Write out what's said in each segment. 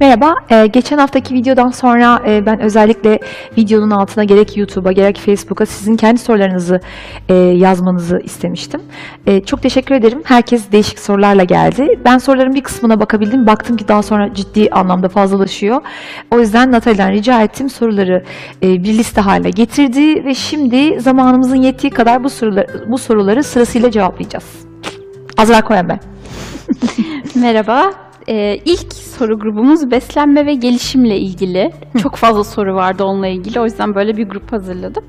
Merhaba, geçen haftaki videodan sonra ben özellikle videonun altına gerek YouTube'a gerek Facebook'a sizin kendi sorularınızı yazmanızı istemiştim. Çok teşekkür ederim. Herkes değişik sorularla geldi. Ben soruların bir kısmına bakabildim. Baktım ki daha sonra ciddi anlamda fazlalaşıyor. O yüzden Natalie'den rica ettim. Soruları bir liste haline getirdi ve şimdi zamanımızın yettiği kadar bu soruları sırasıyla cevaplayacağız. Azra Koyan ben. Merhaba. İlk soru grubumuz beslenme ve gelişimle ilgili. Çok fazla soru vardı onunla ilgili. O yüzden böyle bir grup hazırladım.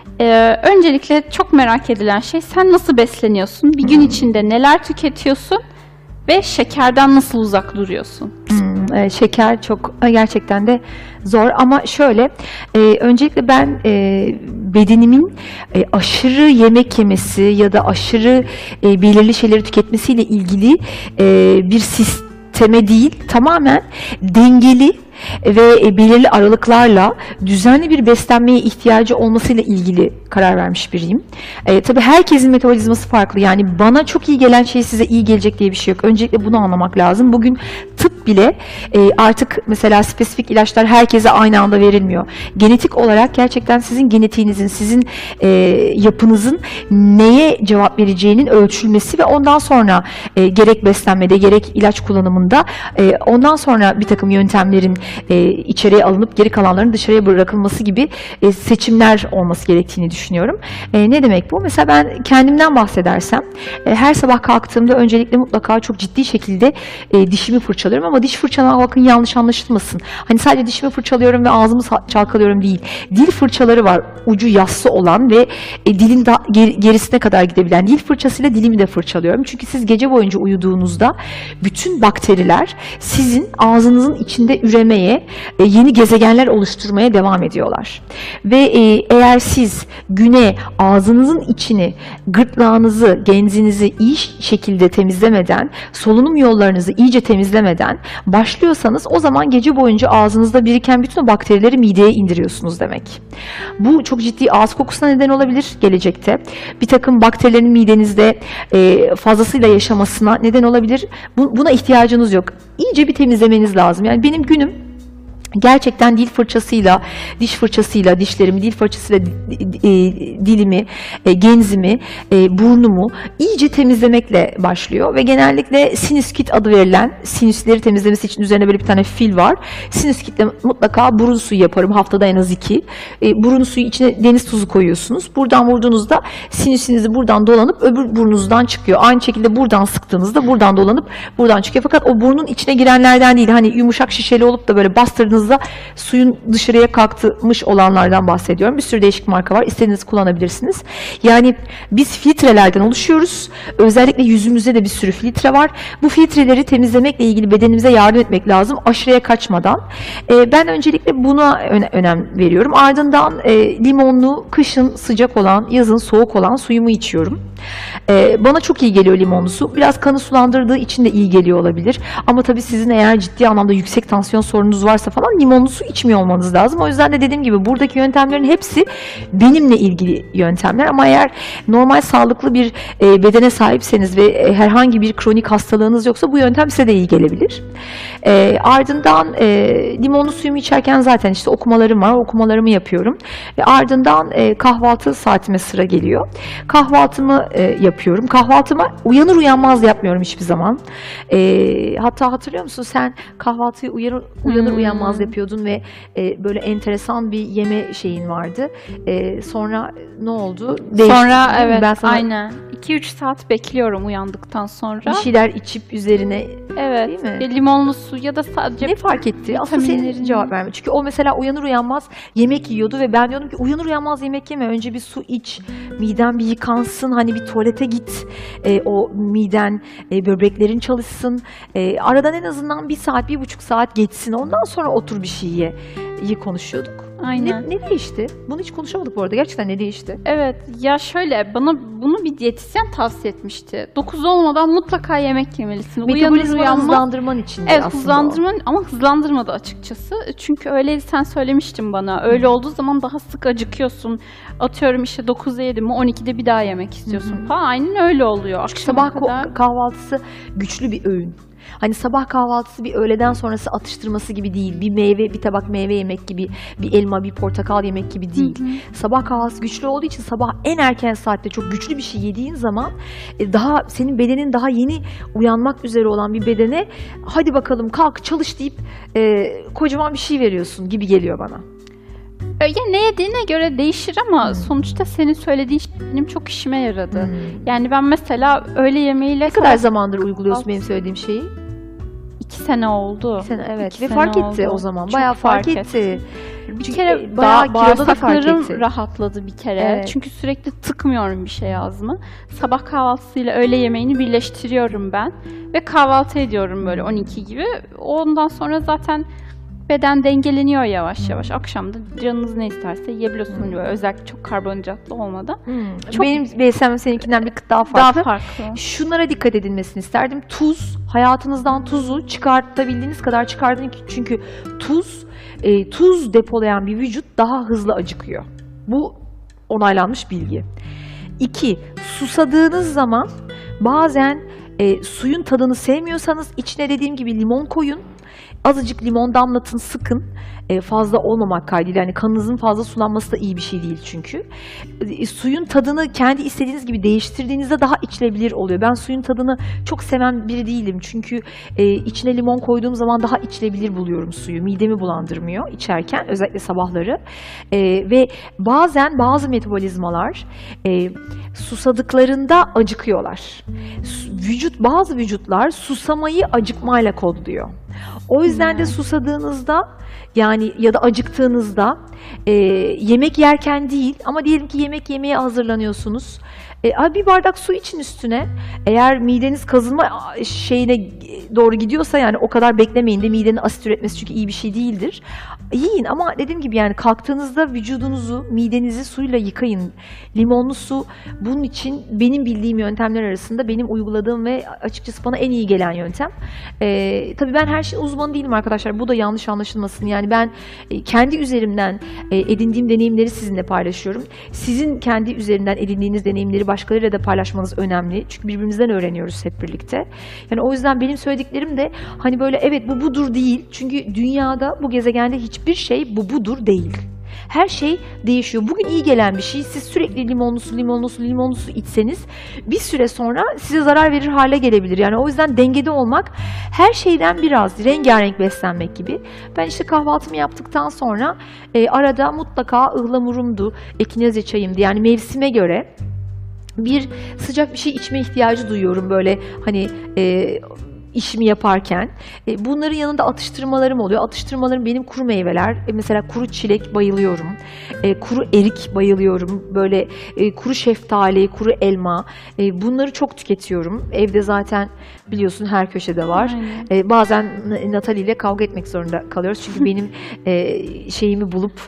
Öncelikle çok merak edilen şey, sen nasıl besleniyorsun? Bir gün içinde neler tüketiyorsun? Ve şekerden nasıl uzak duruyorsun? Şeker çok gerçekten de zor ama şöyle, öncelikle ben bedenimin aşırı yemek yemesi ya da aşırı belirli şeyleri tüketmesiyle ilgili bir sisteme değil, tamamen dengeli ve belirli aralıklarla düzenli bir beslenmeye ihtiyacı olmasıyla ilgili karar vermiş biriyim. Tabii herkesin metabolizması farklı. Yani bana çok iyi gelen şey size iyi gelecek diye bir şey yok. Öncelikle bunu anlamak lazım. Bugün tıp bile artık mesela spesifik ilaçlar herkese aynı anda verilmiyor. Genetik olarak gerçekten sizin genetiğinizin, sizin yapınızın neye cevap vereceğinin ölçülmesi ve ondan sonra gerek beslenmede gerek ilaç kullanımında ondan sonra bir takım yöntemlerin içeriye alınıp geri kalanların dışarıya bırakılması gibi seçimler olması gerektiğini düşünüyorum. Ne demek bu? Mesela ben kendimden bahsedersem her sabah kalktığımda öncelikle mutlaka çok ciddi şekilde dişimi fırçalıyorum ama diş fırçalamak, bakın yanlış anlaşılmasın. Hani sadece dişimi fırçalıyorum ve ağzımı çalkalıyorum değil. Dil fırçaları var. Ucu yassı olan ve dilin gerisine kadar gidebilen dil fırçasıyla dilimi de fırçalıyorum. Çünkü siz gece boyunca uyuduğunuzda bütün bakteriler sizin ağzınızın içinde üremeye, yeni gezegenler oluşturmaya devam ediyorlar. Ve eğer siz güne ağzınızın içini, gırtlağınızı, genzinizi iyi şekilde temizlemeden, solunum yollarınızı iyice temizlemeden başlıyorsanız o zaman gece boyunca ağzınızda biriken bütün o bakterileri mideye indiriyorsunuz demek. Bu çok ciddi ağız kokusuna neden olabilir gelecekte. Bir takım bakterilerin midenizde fazlasıyla yaşamasına neden olabilir. Buna ihtiyacınız yok. İyice bir temizlemeniz lazım. Yani benim günüm gerçekten dil fırçasıyla, diş fırçasıyla dişlerimi, dil fırçasıyla dilimi, genzimi, burnumu iyice temizlemekle başlıyor ve genellikle sinüs kit adı verilen, sinüsleri temizlemesi için üzerine böyle bir tane fil var. Sinüs kitle mutlaka burun suyu yaparım, haftada en az 2. Burun suyu içine deniz tuzu koyuyorsunuz. Buradan vurduğunuzda sinüsünüzü buradan dolanıp öbür burnunuzdan çıkıyor. Aynı şekilde buradan sıktığınızda buradan dolanıp buradan çıkıyor. Fakat o burnun içine girenlerden değil, hani yumuşak şişeli olup da böyle bastırdığınızda suyun dışarıya kalkmış olanlardan bahsediyorum. Bir sürü değişik marka var. İstediğinizi kullanabilirsiniz. Yani biz filtrelerden oluşuyoruz. Özellikle yüzümüzde de bir sürü filtre var. Bu filtreleri temizlemekle ilgili bedenimize yardım etmek lazım. Aşırıya kaçmadan. Ben öncelikle buna önem veriyorum. Ardından limonlu, kışın sıcak olan, yazın soğuk olan suyumu içiyorum. Bana çok iyi geliyor limonlu su. Biraz kanı sulandırdığı için de iyi geliyor olabilir. Ama tabii sizin eğer ciddi anlamda yüksek tansiyon sorunuz varsa falan limonlu su içmiyor olmanız lazım. O yüzden de dediğim gibi buradaki yöntemlerin hepsi benimle ilgili yöntemler. Ama eğer normal sağlıklı bir bedene sahipseniz ve herhangi bir kronik hastalığınız yoksa bu yöntem size de iyi gelebilir. Ardından limonlu suyumu içerken zaten işte okumalarım var. Okumalarımı yapıyorum. Ve ardından kahvaltı saatime sıra geliyor. Kahvaltımı yapıyorum. Kahvaltımı uyanır uyanmaz yapmıyorum hiçbir zaman. Hatta hatırlıyor musun, sen kahvaltıyı uyanır uyanmaz yapıyordun ve böyle enteresan bir yeme şeyin vardı. Sonra ne oldu? Sonra evet, ben sana aynen 2-3 saat bekliyorum uyandıktan sonra. Bir şeyler içip üzerine, evet, değil mi? Limonlu su ya da sadece ne fark etti? Aslında senin cevap verme. Çünkü o mesela uyanır uyanmaz yemek yiyordu ve ben diyordum ki uyanır uyanmaz yemek yeme. Önce bir su iç. Miden bir yıkansın. Hani bir tuvalete git. O miden, böbreklerin çalışsın. Aradan en azından 1 saat, 1,5 saat geçsin. Ondan sonra otur bir şey ye. İyi konuşuyorduk. Aynen. Ne değişti? Bunu hiç konuşamadık bu arada. Gerçekten ne değişti? Evet. Ya şöyle, bana bunu bir diyetisyen tavsiye etmişti. 9 olmadan mutlaka yemek yemelisin. Metabolizmanı hızlandırman için evet, aslında hızlandırman ama hızlandırmadı açıkçası. Çünkü öyle sen söylemiştin bana. Öyle olduğu zaman daha sık acıkıyorsun. Atıyorum işte 9'da yedim mi 12'de bir daha yemek istiyorsun falan. Aynen öyle oluyor. Sabah kahvaltısı güçlü bir öğün. Hani sabah kahvaltısı bir öğleden sonrası atıştırması gibi değil. Bir meyve, bir tabak meyve yemek gibi, bir elma, bir portakal yemek gibi değil. Sabah kahvaltısı güçlü olduğu için sabah en erken saatte çok güçlü bir şey yediğin zaman daha senin bedenin daha yeni uyanmak üzere olan bir bedene hadi bakalım kalk çalış deyip kocaman bir şey veriyorsun gibi geliyor bana. Ya ne yediğine göre değişir ama sonuçta senin söylediğin şey benim çok işime yaradı. Yani ben mesela öğle yemeğiyle... Ne kadar zamandır uyguluyorsun benim söylediğim şeyi? 2 sene oldu. 2 sene, evet. 2 Ve sene fark etti oldu. o zaman. Çok Bayağı fark etti. Bir Çünkü kere bayağı kiloda da fark bağırsaklarım etti. rahatladı bir kere. Evet. Çünkü sürekli tıkmıyorum bir şey ağzıma. Sabah kahvaltısıyla öğle yemeğini birleştiriyorum ben. Ve kahvaltı ediyorum böyle 12 gibi. Ondan sonra zaten beden dengeleniyor yavaş yavaş. Akşam da canınız ne isterse yiyebiliyorsunuz. Böyle özellikle çok karbonhidratlı olmadan. Çok Benim beslenmem seninkinden bir kıt daha daha farklı. farklı. Şunlara dikkat edilmesini isterdim. Tuz, hayatınızdan tuzu çıkartabildiğiniz kadar çıkardın. Çünkü tuz depolayan bir vücut daha hızlı acıkıyor. Bu onaylanmış bilgi. 2. Susadığınız zaman bazen suyun tadını sevmiyorsanız içine dediğim gibi limon koyun. Azıcık limon damlatın, sıkın. Fazla olmamak kaydıyla. Yani kanınızın fazla sulanması da iyi bir şey değil çünkü. Suyun tadını kendi istediğiniz gibi değiştirdiğinizde daha içilebilir oluyor. Ben suyun tadını çok seven biri değilim. Çünkü içine limon koyduğum zaman daha içilebilir buluyorum suyu. Midemi bulandırmıyor içerken, özellikle sabahları. Ve bazen bazı metabolizmalar susadıklarında acıkıyorlar. Bazı vücutlar susamayı acıkmayla kodluyor. O yüzden de susadığınızda yani ya da acıktığınızda yemek yerken değil ama diyelim ki yemek yemeye hazırlanıyorsunuz. Bir bardak su için üstüne. Eğer mideniz kazınma şeyine doğru gidiyorsa yani o kadar beklemeyin de midenin asit üretmesi çünkü iyi bir şey değildir. Yiyin ama dediğim gibi yani kalktığınızda vücudunuzu, midenizi suyla yıkayın. Limonlu su bunun için benim bildiğim yöntemler arasında benim uyguladığım ve açıkçası bana en iyi gelen yöntem. Tabii ben her şey uzmanı değilim arkadaşlar. Bu da yanlış anlaşılmasın. Yani ben kendi üzerimden edindiğim deneyimleri sizinle paylaşıyorum. Sizin kendi üzerinden edindiğiniz deneyimleri başkalarıyla da paylaşmanız önemli. Çünkü birbirimizden öğreniyoruz hep birlikte. Yani o yüzden benim söylediklerim de hani böyle evet bu budur değil. Çünkü dünyada bu gezegende hiçbir şey bu budur değil. Her şey değişiyor. Bugün iyi gelen bir şey siz sürekli limonlu su içseniz bir süre sonra size zarar verir hale gelebilir. Yani o yüzden dengede olmak her şeyden biraz rengarenk beslenmek gibi. Ben işte kahvaltımı yaptıktan sonra arada mutlaka ıhlamurumdu, ekinezya çayımdı. Yani mevsime göre bir sıcak bir şey içme ihtiyacı duyuyorum böyle hani işimi yaparken. Bunların yanında atıştırmalarım oluyor. Atıştırmalarım benim kuru meyveler. Mesela kuru çilek bayılıyorum. Kuru erik bayılıyorum. Böyle kuru şeftali, kuru elma. Bunları çok tüketiyorum. Evde zaten biliyorsun her köşede var. Bazen Natalie ile kavga etmek zorunda kalıyoruz. Çünkü benim şeyimi bulup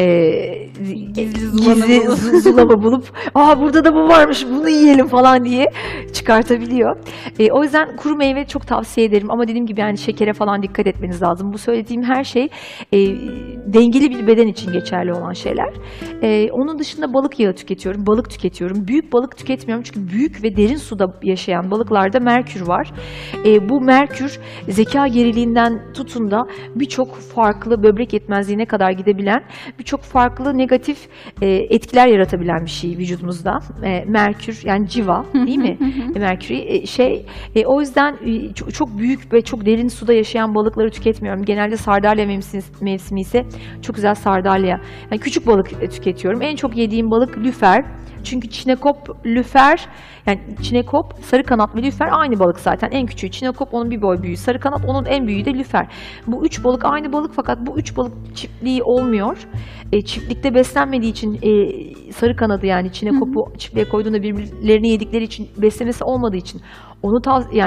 gizli zulama bulup burada da bu varmış bunu yiyelim falan diye çıkartabiliyor. O yüzden kuru meyve çok tavsiye ederim ama dediğim gibi yani şekere falan dikkat etmeniz lazım. Bu söylediğim her şey dengeli bir beden için geçerli olan şeyler. Onun dışında balık yağı tüketiyorum, balık tüketiyorum. Büyük balık tüketmiyorum çünkü büyük ve derin suda yaşayan balıklarda merkür var. Bu merkür zeka geriliğinden tutun da birçok farklı böbrek yetmezliğine kadar gidebilen birçok farklı negatif etkiler yaratabilen bir şey vücudumuzda. Merkür yani civa değil mi? Merkür o yüzden çok büyük ve çok derin suda yaşayan balıkları tüketmiyorum. Genelde sardalya mevsimi ise çok güzel sardalya. Yani küçük balık tüketiyorum. En çok yediğim balık lüfer. Çünkü çinekop, lüfer, yani çinekop, sarı kanat ve lüfer aynı balık zaten. En küçüğü çinekop, onun bir boy büyüğü. Sarı kanat, onun en büyüğü de lüfer. Bu üç balık aynı balık fakat bu üç balık çiftliği olmuyor. Çiftlikte beslenmediği için sarı kanadı yani çinekopu çiftliğe koyduğunda birbirlerini yedikleri için beslemesi olmadığı için onu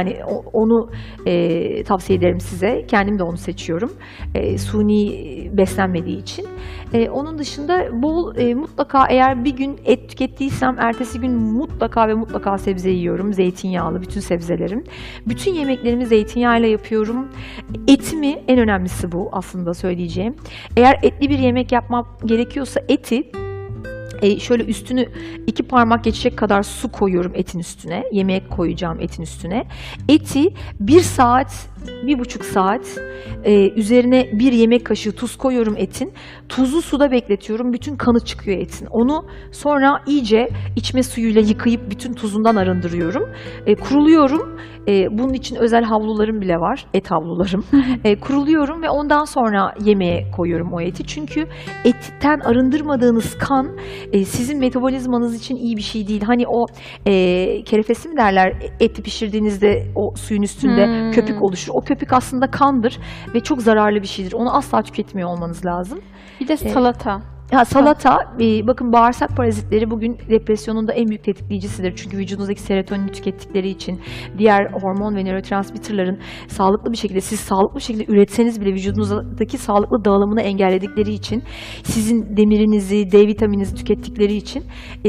tavsiye ederim size. Kendim de onu seçiyorum. Suni beslenmediği için. Onun dışında mutlaka eğer bir gün et tükettiysem ertesi gün mutlaka ve mutlaka sebze yiyorum. Zeytinyağlı bütün sebzelerim. Bütün yemeklerimi zeytinyağıyla yapıyorum. Etimi en önemlisi bu aslında söyleyeceğim. Eğer etli bir yemek yapmam gerekiyorsa eti Şöyle üstünü 2 parmak geçecek kadar su koyuyorum etin üstüne. Yemeğe koyacağım etin üstüne. Eti 1 saat, 1,5 saat üzerine 1 yemek kaşığı tuz koyuyorum etin. Tuzlu suda bekletiyorum. Bütün kanı çıkıyor etin. Onu sonra iyice içme suyuyla yıkayıp bütün tuzundan arındırıyorum. Kuruluyorum. Bunun için özel havlularım bile var. Et havlularım. Kuruluyorum ve ondan sonra yemeğe koyuyorum o eti. Çünkü etten arındırmadığınız kan sizin metabolizmanız için iyi bir şey değil. Hani o kerefesi mi derler, eti pişirdiğinizde o suyun üstünde köpük oluşur. O köpük aslında kandır ve çok zararlı bir şeydir. Onu asla tüketmiyor olmanız lazım. Bir de salata. Salata, bakın bağırsak parazitleri bugün depresyonun da en büyük tetikleyicisidir. Çünkü vücudunuzdaki serotonini tükettikleri için, diğer hormon ve nörotransmitterlerin sağlıklı bir şekilde, siz sağlıklı bir şekilde üretseniz bile vücudunuzdaki sağlıklı dağılımını engelledikleri için, sizin demirinizi, D vitamininizi tükettikleri için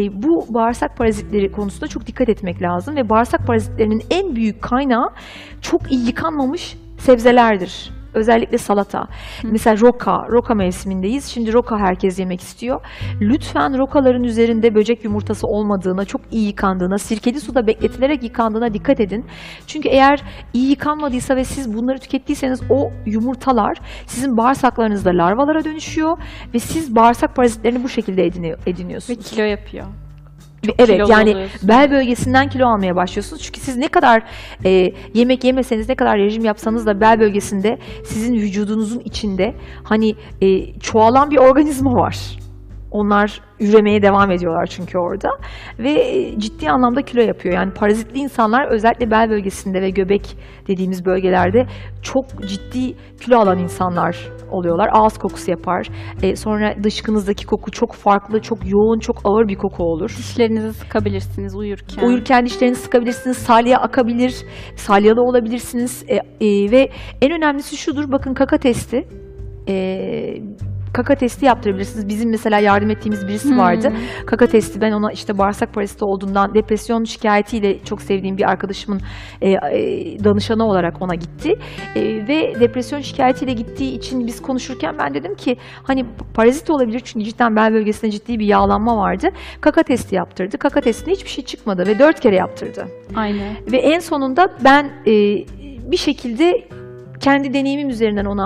bu bağırsak parazitleri konusunda çok dikkat etmek lazım. Ve bağırsak parazitlerinin en büyük kaynağı çok iyi yıkanmamış sebzelerdir. Özellikle salata. Mesela roka mevsimindeyiz. Şimdi roka herkes yemek istiyor. Lütfen rokaların üzerinde böcek yumurtası olmadığına, çok iyi yıkandığına, sirkeli suda bekletilerek yıkandığına dikkat edin. Çünkü eğer iyi yıkanmadıysa ve siz bunları tükettiyseniz o yumurtalar sizin bağırsaklarınızda larvalara dönüşüyor ve siz bağırsak parazitlerini bu şekilde ediniyorsunuz. Ve kilo yapıyor. Evet, yani bel bölgesinden kilo almaya başlıyorsunuz. Çünkü siz ne kadar yemek yemeseniz, ne kadar rejim yapsanız da bel bölgesinde sizin vücudunuzun içinde hani çoğalan bir organizma var. Onlar üremeye devam ediyorlar çünkü orada ve ciddi anlamda kilo yapıyor. Yani parazitli insanlar özellikle bel bölgesinde ve göbek dediğimiz bölgelerde çok ciddi kilo alan insanlar oluyorlar. Ağız kokusu yapar. Sonra dışkınızdaki koku çok farklı, çok yoğun, çok ağır bir koku olur. Dişlerinizi sıkabilirsiniz uyurken. Uyurken dişlerinizi sıkabilirsiniz. Salya akabilir. Salyalı olabilirsiniz. Ve en önemlisi şudur. Bakın kaka testi. Kaka testi yaptırabilirsiniz. Bizim mesela yardım ettiğimiz birisi vardı. Kaka testi, ben ona işte bağırsak paraziti olduğundan depresyon şikayetiyle çok sevdiğim bir arkadaşımın danışanı olarak ona gitti. Ve depresyon şikayetiyle gittiği için biz konuşurken ben dedim ki hani parazit olabilir çünkü cidden bel bölgesinde ciddi bir yağlanma vardı. Kaka testi yaptırdı. Kaka testinde hiçbir şey çıkmadı ve 4 kere yaptırdı. Aynen. Ve en sonunda ben bir şekilde kendi deneyimim üzerinden ona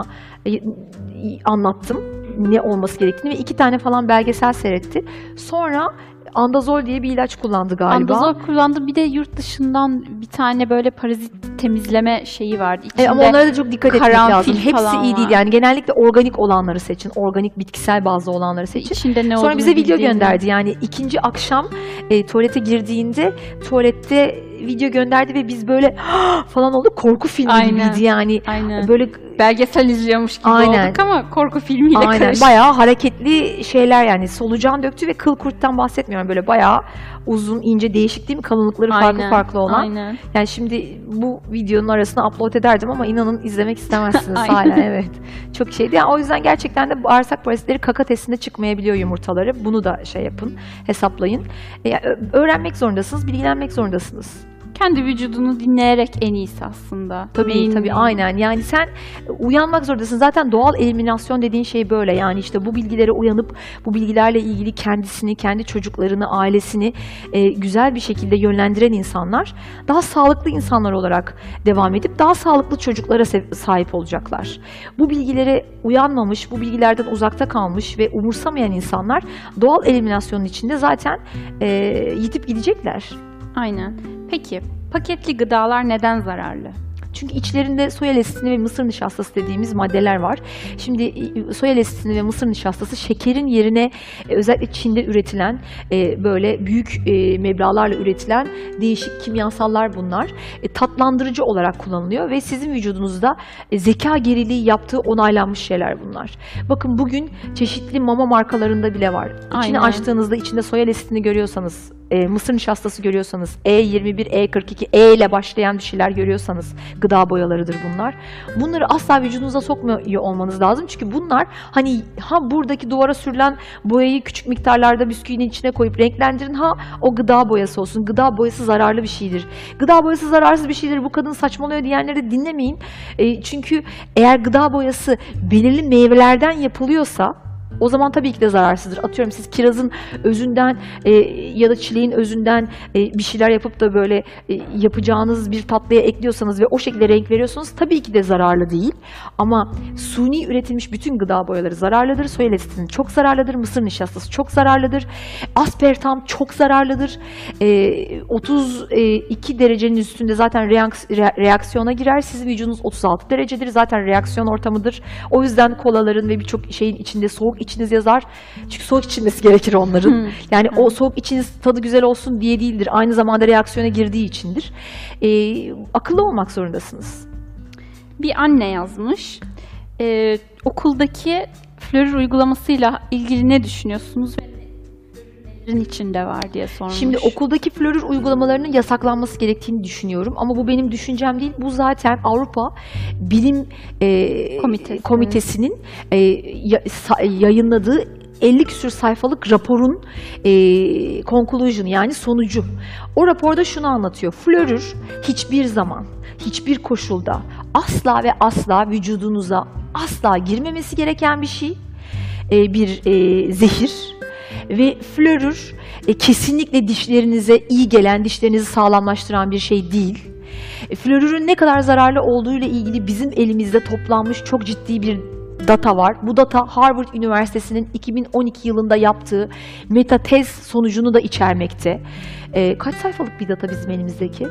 anlattım ne olması gerektiğini ve 2 tane falan belgesel seyretti. Sonra Andazol diye bir ilaç kullandı galiba. Andazol kullandı. Bir de yurt dışından bir tane böyle parazit temizleme şeyi vardı. Ama onlara da çok dikkat etmek lazım. Hepsi iyi değil. Var. Yani genellikle organik olanları seçin. Organik bitkisel bazlı olanları seçin. İçinde ne Sonra bize video bildiğini gönderdi. Yani ikinci akşam tuvalete girdiğinde tuvalette video gönderdi ve biz böyle falan olduk. Korku filmi gibiydi yani. Aynen. Böyle belgesel izliyormuş gibi olduk ama korku filmiyle karışık. Bayağı hareketli şeyler yani, solucan döktü ve kıl kurttan bahsetmiyorum, böyle bayağı uzun, ince, değişik değil mi? Kalınlıkları farklı olan. Aynen. Yani şimdi bu videonun arasına upload ederdim ama inanın izlemek istemezsiniz hala, evet. Çok şeydi. Yani o yüzden gerçekten de bağırsak parazitleri kaka testinde çıkmayabiliyor yumurtaları. Bunu da şey yapın, hesaplayın. Yani öğrenmek zorundasınız, bilgilenmek zorundasınız. Kendi vücudunu dinleyerek en iyisi aslında. Tabii aynen. Yani sen uyanmak zorundasın. Zaten doğal eliminasyon dediğin şey böyle. Yani işte bu bilgilere uyanıp bu bilgilerle ilgili kendisini, kendi çocuklarını, ailesini güzel bir şekilde yönlendiren insanlar daha sağlıklı insanlar olarak devam edip daha sağlıklı çocuklara sahip olacaklar. Bu bilgilere uyanmamış, bu bilgilerden uzakta kalmış ve umursamayan insanlar doğal eliminasyonun içinde zaten yitip gidecekler. Aynen. Peki, paketli gıdalar neden zararlı? Çünkü içlerinde soya lesitini ve mısır nişastası dediğimiz maddeler var. Şimdi soya lesitini ve mısır nişastası şekerin yerine özellikle Çin'de üretilen böyle büyük meblağlarla üretilen değişik kimyasallar bunlar. Tatlandırıcı olarak kullanılıyor ve sizin vücudunuzda zeka geriliği yaptığı onaylanmış şeyler bunlar. Bakın bugün çeşitli mama markalarında bile var. İçini açtığınızda içinde soya lesitini görüyorsanız, mısır nişastası görüyorsanız, E21, E42, E ile başlayan bir şeyler görüyorsanız gıda boyalarıdır bunlar. Bunları asla vücudunuza sokmuyor olmanız lazım. Çünkü bunlar hani buradaki duvara sürülen boyayı küçük miktarlarda bisküvinin içine koyup renklendirin, o gıda boyası olsun. Gıda boyası zararlı bir şeydir. Gıda boyası zararsız bir şeydir. Bu kadın saçmalıyor diyenleri de dinlemeyin. Çünkü eğer gıda boyası belirli meyvelerden yapılıyorsa O zaman tabii ki de zararsızdır. Atıyorum siz kirazın özünden ya da çileğin özünden bir şeyler yapıp da böyle yapacağınız bir tatlıya ekliyorsanız ve o şekilde renk veriyorsanız tabii ki de zararlı değil. Ama suni üretilmiş bütün gıda boyaları zararlıdır. Soya lezzetinin çok zararlıdır. Mısır nişastası çok zararlıdır. Aspartam çok zararlıdır. 32 derecenin üstünde zaten reaksiyona girer. Sizin vücudunuz 36 derecedir. Zaten reaksiyon ortamıdır. O yüzden kolaların ve birçok şeyin içinde soğuk içiniz yazar. Çünkü soğuk içilmesi gerekir onların. Yani o soğuk içiniz tadı güzel olsun diye değildir. Aynı zamanda reaksiyona girdiği içindir. Akıllı olmak zorundasınız. Bir anne yazmış. Okuldaki florür uygulamasıyla ilgili ne düşünüyorsunuz? Nelerin içinde var diye sormuş. Şimdi okuldaki florür uygulamalarının yasaklanması gerektiğini düşünüyorum. Ama bu benim düşüncem değil. Bu zaten Avrupa Bilim Komitesi'nin yayınladığı 50 küsur sayfalık raporun conclusion yani sonucu. O raporda şunu anlatıyor. Florür hiçbir zaman, hiçbir koşulda asla ve asla vücudunuza asla girmemesi gereken bir şey. Bir zehir. Ve florür kesinlikle dişlerinize iyi gelen, dişlerinizi sağlamlaştıran bir şey değil. Florürün ne kadar zararlı olduğuyla ilgili bizim elimizde toplanmış çok ciddi bir data var. Bu data Harvard Üniversitesi'nin 2012 yılında yaptığı metatez sonucunu da içermekte. Kaç sayfalık bir data bizim elimizdeki?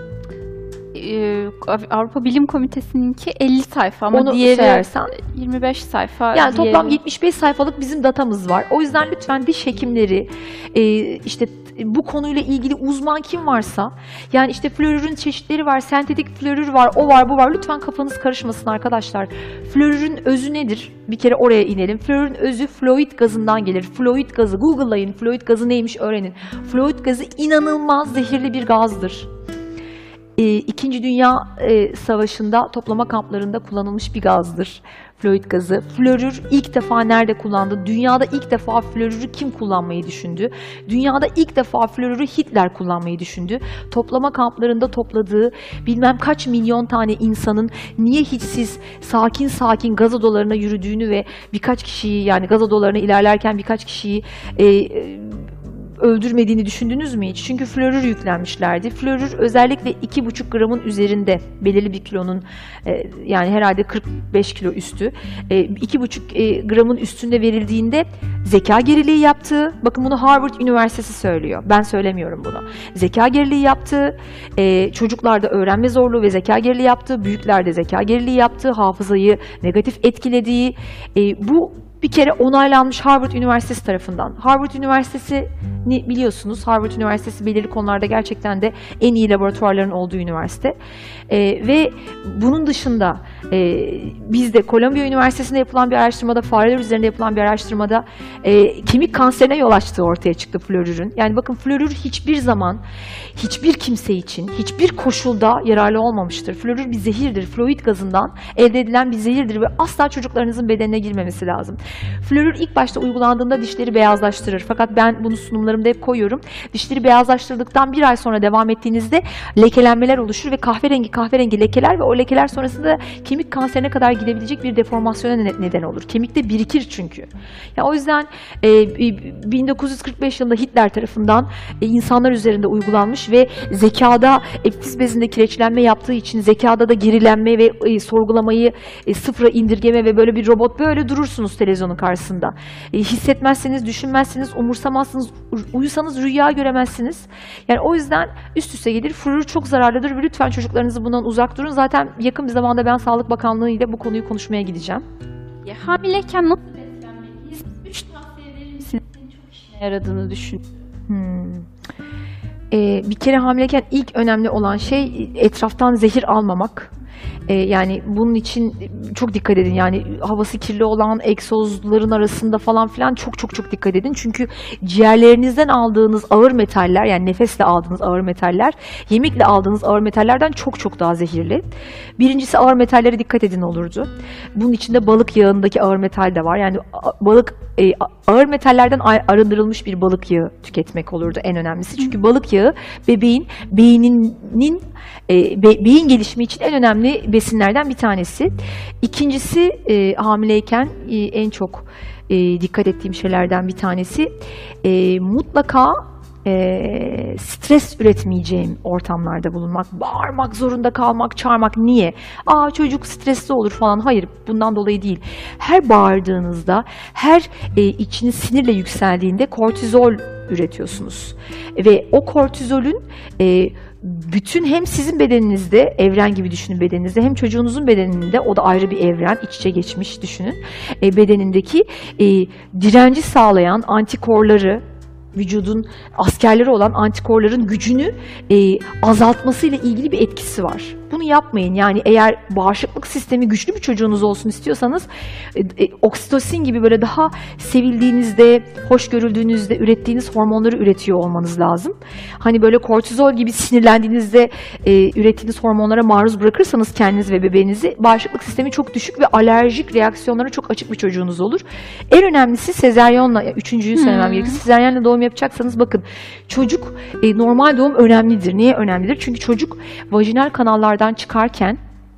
Avrupa Bilim Komitesi'ninki 50 sayfa ama onu diğeri sayarsan 25 sayfa. Yani toplam 75 sayfalık bizim datamız var. O yüzden lütfen diş hekimleri işte bu konuyla ilgili uzman kim varsa, yani işte florürün çeşitleri var, sentetik florür var, o var, bu var. Lütfen kafanız karışmasın arkadaşlar. Florürün özü nedir? Bir kere oraya inelim. Florürün özü fluid gazından gelir. Fluid gazı, Google'layın. Fluid gazı neymiş öğrenin. Fluid gazı inanılmaz zehirli bir gazdır. İkinci Dünya Savaşı'nda toplama kamplarında kullanılmış bir gazdır. Fluid gazı. Florür ilk defa nerede kullandı? Dünyada ilk defa florürü kim kullanmayı düşündü? Dünyada ilk defa florürü Hitler kullanmayı düşündü. Toplama kamplarında topladığı bilmem kaç milyon tane insanın niye hiç siz sakin sakin gaz odalarına yürüdüğünü ve birkaç kişiyi, yani gaz odalarına ilerlerken birkaç kişiyi öldürmediğini düşündünüz mü hiç? Çünkü florür yüklenmişlerdi. Florür özellikle 2,5 gramın üzerinde, belirli bir kilonun yani herhalde 45 kilo üstü 2,5 gramın üstünde verildiğinde zeka geriliği yaptığı, bakın bunu Harvard Üniversitesi söylüyor. Ben söylemiyorum bunu. Zeka geriliği yaptığı, çocuklarda öğrenme zorluğu ve zeka geriliği yaptığı, büyüklerde zeka geriliği yaptığı, hafızayı negatif etkilediği, bu bir kere onaylanmış Harvard Üniversitesi tarafından. Harvard Üniversitesi'ni biliyorsunuz. Harvard Üniversitesi belirli konularda gerçekten de en iyi laboratuvarların olduğu üniversite. Ve bunun dışında bizde Kolombiya Üniversitesi'nde yapılan bir araştırmada, fareler üzerinde yapılan bir araştırmada kemik kanserine yol açtığı ortaya çıktı florürün. Yani bakın, florür hiçbir zaman hiçbir kimse için hiçbir koşulda yararlı olmamıştır. Florür bir zehirdir. Fluid gazından elde edilen bir zehirdir ve asla çocuklarınızın bedenine girmemesi lazım. Florür ilk başta uygulandığında dişleri beyazlaştırır. Fakat ben bunu sunumlarımda hep koyuyorum. Dişleri beyazlaştırdıktan bir ay sonra devam ettiğinizde lekelenmeler oluşur ve kahverengi lekeler ve o lekeler sonrasında kemik kanserine kadar gidebilecek bir deformasyona neden olur. Kemikte birikir çünkü. Yani o yüzden 1945 yılında Hitler tarafından insanlar üzerinde uygulanmış ve zekada epifiz bezinde kireçlenme yaptığı için zekada da gerilenme ve sorgulamayı sıfıra indirgeme ve böyle bir robot böyle durursunuz televizyonun karşısında. Hissetmezseniz, düşünmezsiniz, umursamazsınız, uyusanız rüya göremezsiniz. Yani o yüzden üst üste gelir. Florür çok zararlıdır ve lütfen çocuklarınızı bundan uzak durun. Zaten yakın bir zamanda ben Sağlık Bakanlığı ile bu konuyu konuşmaya gideceğim. Hamileyken nasıl beslenmeliyiz? 3 tavsiye verir misiniz? Çok işine yaradığını düşün. Bir kere hamileyken ilk önemli olan şey etraftan zehir almamak. Yani bunun için çok dikkat edin. Yani havası kirli olan egzozların arasında falan filan çok dikkat edin. Çünkü ciğerlerinizden aldığınız ağır metaller, yani nefesle aldığınız ağır metaller, yemekle aldığınız ağır metallerden çok daha zehirli. Birincisi, ağır metallere dikkat edin olurdu. Bunun içinde balık yağındaki ağır metal de var. Yani ağır metallerden arındırılmış bir balık yağı tüketmek olurdu en önemlisi. Çünkü balık yağı bebeğin beyin gelişimi için en önemli besinlerden bir tanesi. İkincisi, hamileyken en çok dikkat ettiğim şeylerden bir tanesi. Mutlaka stres üretmeyeceğim ortamlarda bulunmak, bağırmak zorunda kalmak, çağırmak. Niye? Çocuk stresli olur falan. Hayır, bundan dolayı değil. Her bağırdığınızda, her içiniz sinirle yükseldiğinde kortizol üretiyorsunuz. Ve o kortizolün bütün hem sizin bedeninizde, evren gibi düşünün bedeninizde, hem çocuğunuzun bedeninde, o da ayrı bir evren, iç içe geçmiş düşünün, bedenindeki direnci sağlayan antikorları, vücudun askerleri olan antikorların gücünü azaltmasıyla ilgili bir etkisi var. Bunu yapmayın. Yani eğer bağışıklık sistemi güçlü bir çocuğunuz olsun istiyorsanız oksitosin gibi böyle daha sevildiğinizde, hoş görüldüğünüzde ürettiğiniz hormonları üretiyor olmanız lazım. Hani böyle kortizol gibi sinirlendiğinizde ürettiğiniz hormonlara maruz bırakırsanız kendiniz ve bebeğinizi, bağışıklık sistemi çok düşük ve alerjik reaksiyonlara çok açık bir çocuğunuz olur. En önemlisi sezaryonla, üçüncüyü söylemem gerekirse, sezaryenle doğum yapacaksanız bakın, çocuk normal doğum önemlidir. Niye önemlidir? Çünkü çocuk vajinal kanallardan çıkarken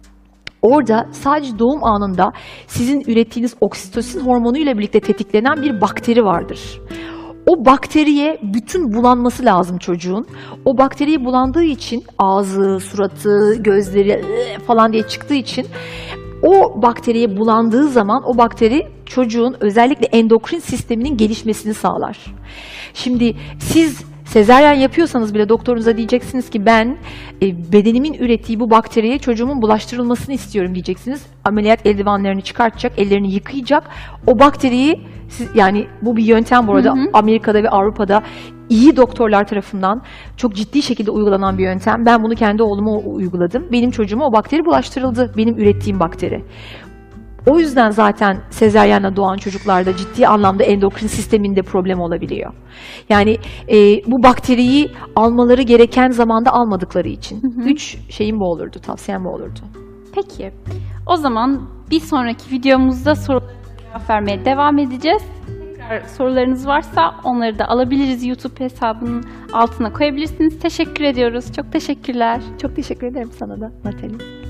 orada sadece doğum anında sizin ürettiğiniz oksitosin hormonu ile birlikte tetiklenen bir bakteri vardır. O bakteriye bütün bulanması lazım çocuğun. O bakteriye bulandığı için ağzı, suratı, gözleri falan diye çıktığı için, o bakteriye bulandığı zaman o bakteri çocuğun özellikle endokrin sisteminin gelişmesini sağlar. Şimdi siz sezaryen yapıyorsanız bile doktorunuza diyeceksiniz ki ben bedenimin ürettiği bu bakteriye çocuğumun bulaştırılmasını istiyorum diyeceksiniz. Ameliyat eldivenlerini çıkartacak, ellerini yıkayacak. O bakteriyi, yani bu bir yöntem bu arada, Amerika'da ve Avrupa'da iyi doktorlar tarafından çok ciddi şekilde uygulanan bir yöntem. Ben bunu kendi oğluma uyguladım. Benim çocuğuma o bakteri bulaştırıldı. Benim ürettiğim bakteri. O yüzden zaten sezaryenle doğan çocuklarda ciddi anlamda endokrin sisteminde problem olabiliyor. Yani bu bakteriyi almaları gereken zamanda almadıkları için. 3 şeyim bu olurdu, tavsiyem bu olurdu. Peki, o zaman bir sonraki videomuzda sorulara cevap vermeye devam edeceğiz. Tekrar sorularınız varsa onları da alabiliriz. YouTube hesabının altına koyabilirsiniz. Teşekkür ediyoruz. Çok teşekkürler. Çok teşekkür ederim sana da Natalie.